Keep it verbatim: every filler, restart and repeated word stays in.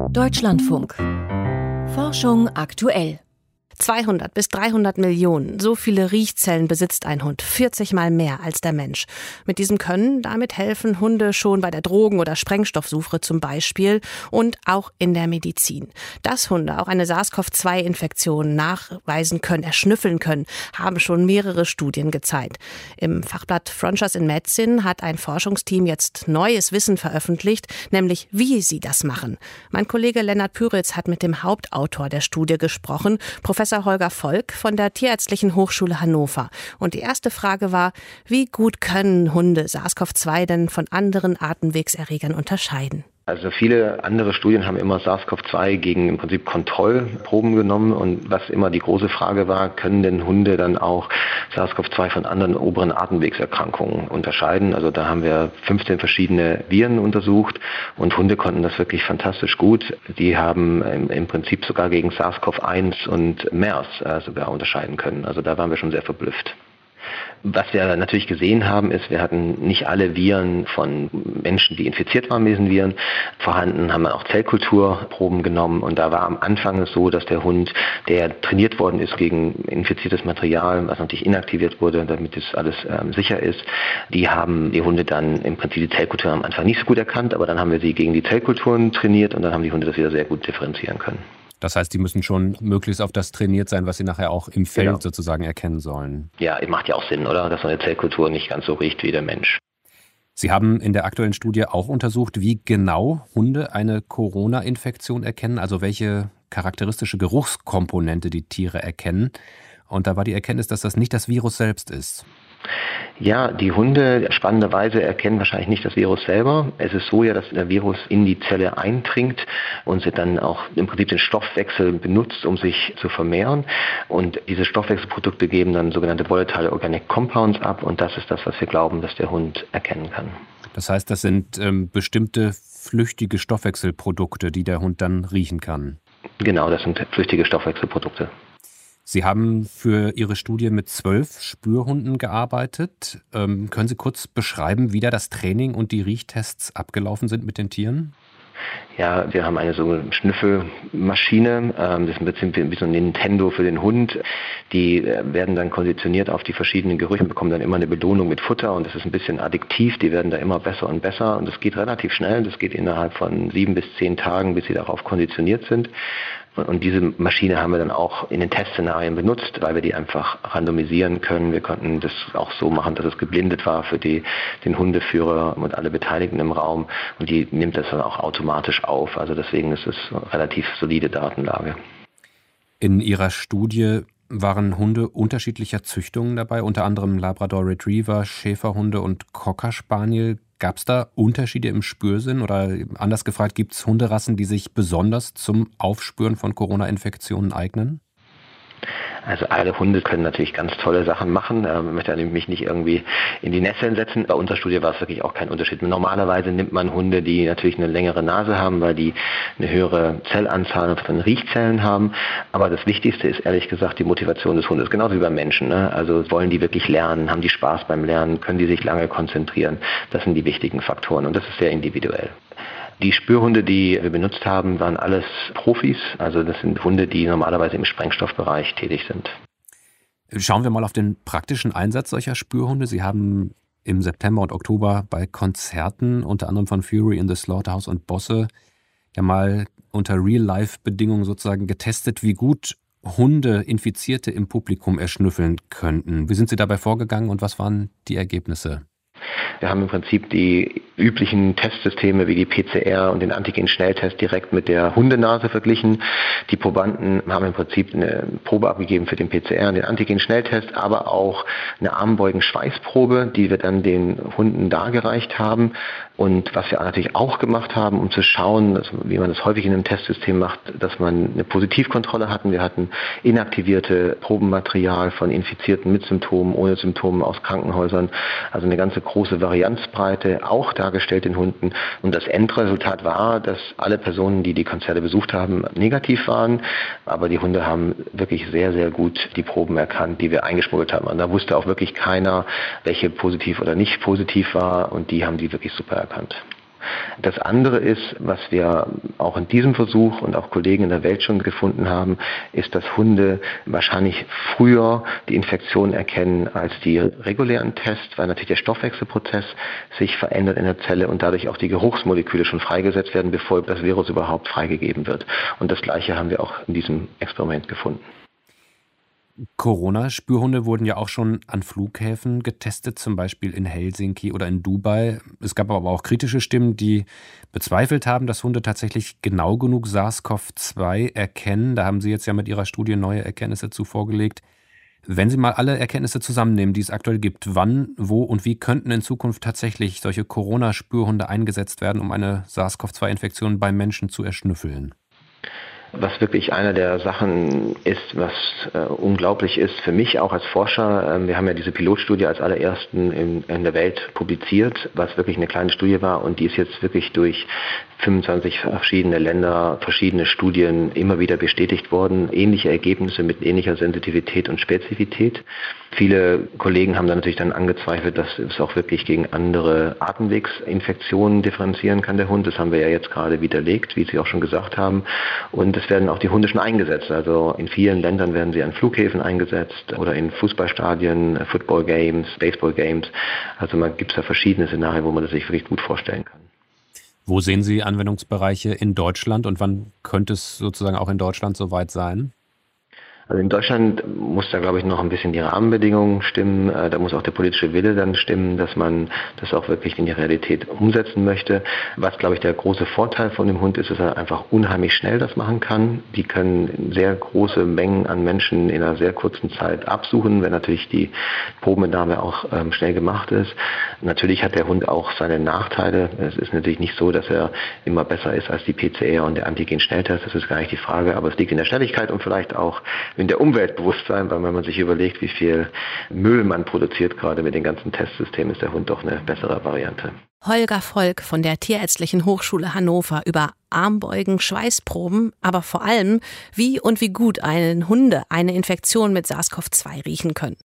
Deutschlandfunk. Forschung aktuell. zweihundert bis dreihundert Millionen, so viele Riechzellen besitzt ein Hund, vierzig Mal mehr als der Mensch. Mit diesem Können, damit helfen Hunde schon bei der Drogen- oder Sprengstoffsuche zum Beispiel und auch in der Medizin. Dass Hunde auch eine SARS-C o V zwei Infektion nachweisen können, erschnüffeln können, haben schon mehrere Studien gezeigt. Im Fachblatt Frontiers in Medicine hat ein Forschungsteam jetzt neues Wissen veröffentlicht, nämlich wie sie das machen. Mein Kollege Lennart Püritz hat mit dem Hauptautor der Studie gesprochen, Professor Holger Volk von der Tierärztlichen Hochschule Hannover. Und die erste Frage war, wie gut können Hunde SARS-C o V zwei denn von anderen Atemwegserregern unterscheiden? Also viele andere Studien haben immer SARS-C o V zwei gegen im Prinzip Kontrollproben genommen und was immer die große Frage war, können denn Hunde dann auch SARS-C o V zwei von anderen oberen Atemwegserkrankungen unterscheiden? Also da haben wir fünfzehn verschiedene Viren untersucht und Hunde konnten das wirklich fantastisch gut. Die haben im, im Prinzip sogar gegen SARS-C o V eins und MERS äh, sogar unterscheiden können. Also da waren wir schon sehr verblüfft. Was wir natürlich gesehen haben, ist, wir hatten nicht alle Viren von Menschen, die infiziert waren mit diesen Viren, vorhanden, haben wir auch Zellkulturproben genommen und da war am Anfang es so, dass der Hund, der trainiert worden ist gegen infiziertes Material, was natürlich inaktiviert wurde, damit das alles ähm, sicher ist, die haben die Hunde dann im Prinzip die Zellkultur am Anfang nicht so gut erkannt, aber dann haben wir sie gegen die Zellkulturen trainiert und dann haben die Hunde das wieder sehr gut differenzieren können. Das heißt, die müssen schon möglichst auf das trainiert sein, was sie nachher auch im Feld genau. sozusagen erkennen sollen. Ja, macht ja auch Sinn, oder? Dass so eine Zellkultur nicht ganz so riecht wie der Mensch. Sie haben in der aktuellen Studie auch untersucht, wie genau Hunde eine Corona-Infektion erkennen, also welche charakteristische Geruchskomponente die Tiere erkennen. Und da war die Erkenntnis, dass das nicht das Virus selbst ist. Ja, die Hunde spannenderweise erkennen wahrscheinlich nicht das Virus selber. Es ist so ja, dass der Virus in die Zelle eindringt und sie dann auch im Prinzip den Stoffwechsel benutzt, um sich zu vermehren. Und diese Stoffwechselprodukte geben dann sogenannte volatile organic compounds ab und das ist das, was wir glauben, dass der Hund erkennen kann. Das heißt, das sind ähm, bestimmte flüchtige Stoffwechselprodukte, die der Hund dann riechen kann? Genau, das sind flüchtige Stoffwechselprodukte. Sie haben für Ihre Studie mit zwölf Spürhunden gearbeitet. Ähm, können Sie kurz beschreiben, wie da das Training und die Riechtests abgelaufen sind mit den Tieren? Ja, wir haben eine so Schnüffelmaschine, ähm, das ist ein bisschen wie so ein Nintendo für den Hund. Die äh, werden dann konditioniert auf die verschiedenen Gerüche und bekommen dann immer eine Belohnung mit Futter und das ist ein bisschen addiktiv, die werden da immer besser und besser und das geht relativ schnell, das geht innerhalb von sieben bis zehn Tagen, bis sie darauf konditioniert sind. Und diese Maschine haben wir dann auch in den Testszenarien benutzt, weil wir die einfach randomisieren können. Wir konnten das auch so machen, dass es geblindet war für die, den Hundeführer und alle Beteiligten im Raum. Und die nimmt das dann auch automatisch auf. Also deswegen ist es eine relativ solide Datenlage. In Ihrer Studie waren Hunde unterschiedlicher Züchtungen dabei, unter anderem Labrador Retriever, Schäferhunde und Cocker Spaniel. Gab es da Unterschiede im Spürsinn oder anders gefragt, gibt es Hunderassen, die sich besonders zum Aufspüren von Corona-Infektionen eignen? Also alle Hunde können natürlich ganz tolle Sachen machen. Ich möchte mich nicht irgendwie in die Nesseln setzen. Bei unserer Studie war es wirklich auch kein Unterschied. Normalerweise nimmt man Hunde, die natürlich eine längere Nase haben, weil die eine höhere Zellanzahl von Riechzellen haben. Aber das Wichtigste ist ehrlich gesagt die Motivation des Hundes, genauso wie beim Menschen. Ne? Also wollen die wirklich lernen, haben die Spaß beim Lernen, können die sich lange konzentrieren. Das sind die wichtigen Faktoren und das ist sehr individuell. Die Spürhunde, die wir benutzt haben, waren alles Profis. Also das sind Hunde, die normalerweise im Sprengstoffbereich tätig sind. Schauen wir mal auf den praktischen Einsatz solcher Spürhunde. Sie haben im September und Oktober bei Konzerten, unter anderem von Fury in the Slaughterhouse und Bosse, ja mal unter Real-Life-Bedingungen sozusagen getestet, wie gut Hunde Infizierte im Publikum erschnüffeln könnten. Wie sind Sie dabei vorgegangen und was waren die Ergebnisse? Wir haben im Prinzip die üblichen Testsysteme wie die P C R und den Antigen-Schnelltest direkt mit der Hundenase verglichen. Die Probanden haben im Prinzip eine Probe abgegeben für den P C R und den Antigen-Schnelltest, aber auch eine Armbeugen-Schweißprobe, die wir dann den Hunden dargereicht haben. Und was wir natürlich auch gemacht haben, um zu schauen, wie man das häufig in einem Testsystem macht, dass man eine Positivkontrolle hatten. Wir hatten inaktivierte Probenmaterial von Infizierten mit Symptomen, ohne Symptomen aus Krankenhäusern. Also eine ganze große Varianzbreite auch dargestellt in Hunden. Und das Endresultat war, dass alle Personen, die die Konzerte besucht haben, negativ waren. Aber die Hunde haben wirklich sehr, sehr gut die Proben erkannt, die wir eingeschmuggelt haben. Und da wusste auch wirklich keiner, welche positiv oder nicht positiv war. Und die haben die wirklich super erkannt. Das andere ist, was wir auch in diesem Versuch und auch Kollegen in der Welt schon gefunden haben, ist, dass Hunde wahrscheinlich früher die Infektion erkennen als die regulären Tests, weil natürlich der Stoffwechselprozess sich verändert in der Zelle und dadurch auch die Geruchsmoleküle schon freigesetzt werden, bevor das Virus überhaupt freigegeben wird. Und das Gleiche haben wir auch in diesem Experiment gefunden. Corona-Spürhunde wurden ja auch schon an Flughäfen getestet, zum Beispiel in Helsinki oder in Dubai. Es gab aber auch kritische Stimmen, die bezweifelt haben, dass Hunde tatsächlich genau genug SARS-C o V zwei erkennen. Da haben Sie jetzt ja mit Ihrer Studie neue Erkenntnisse zu vorgelegt. Wenn Sie mal alle Erkenntnisse zusammennehmen, die es aktuell gibt, wann, wo und wie könnten in Zukunft tatsächlich solche Corona-Spürhunde eingesetzt werden, um eine SARS-C o V zwei Infektion beim Menschen zu erschnüffeln? Was wirklich einer der Sachen ist, was äh, unglaublich ist für mich auch als Forscher. Ähm, wir haben ja diese Pilotstudie als allerersten in, in der Welt publiziert, was wirklich eine kleine Studie war und die ist jetzt wirklich durch fünfundzwanzig verschiedene Länder, verschiedene Studien immer wieder bestätigt worden. Ähnliche Ergebnisse mit ähnlicher Sensitivität und Spezifität. Viele Kollegen haben dann natürlich dann angezweifelt, dass es auch wirklich gegen andere Atemwegsinfektionen differenzieren kann, der Hund. Das haben wir ja jetzt gerade widerlegt, wie Sie auch schon gesagt haben. Und es werden auch die Hunde schon eingesetzt. Also in vielen Ländern werden sie an Flughäfen eingesetzt oder in Fußballstadien, Football Games, Baseball Games. Also man gibt es da verschiedene Szenarien, wo man das sich wirklich gut vorstellen kann. Wo sehen Sie Anwendungsbereiche in Deutschland und wann könnte es sozusagen auch in Deutschland soweit sein? Also in Deutschland muss da, glaube ich, noch ein bisschen die Rahmenbedingungen stimmen. Da muss auch der politische Wille dann stimmen, dass man das auch wirklich in die Realität umsetzen möchte. Was, glaube ich, der große Vorteil von dem Hund ist, dass er einfach unheimlich schnell das machen kann. Die können sehr große Mengen an Menschen in einer sehr kurzen Zeit absuchen, wenn natürlich die Probenentnahme auch ähm, schnell gemacht ist. Natürlich hat der Hund auch seine Nachteile. Es ist natürlich nicht so, dass er immer besser ist als die P C R und der Antigen-Schnelltest. Das ist gar nicht die Frage, aber es liegt in der Schnelligkeit und vielleicht auch in der Umweltbewusstsein, weil wenn man sich überlegt, wie viel Müll man produziert, gerade mit den ganzen Testsystemen, ist der Hund doch eine bessere Variante. Holger Volk von der Tierärztlichen Hochschule Hannover über Armbeugen, Schweißproben, aber vor allem, wie und wie gut einen Hunde eine Infektion mit SARS-C o V zwei riechen können.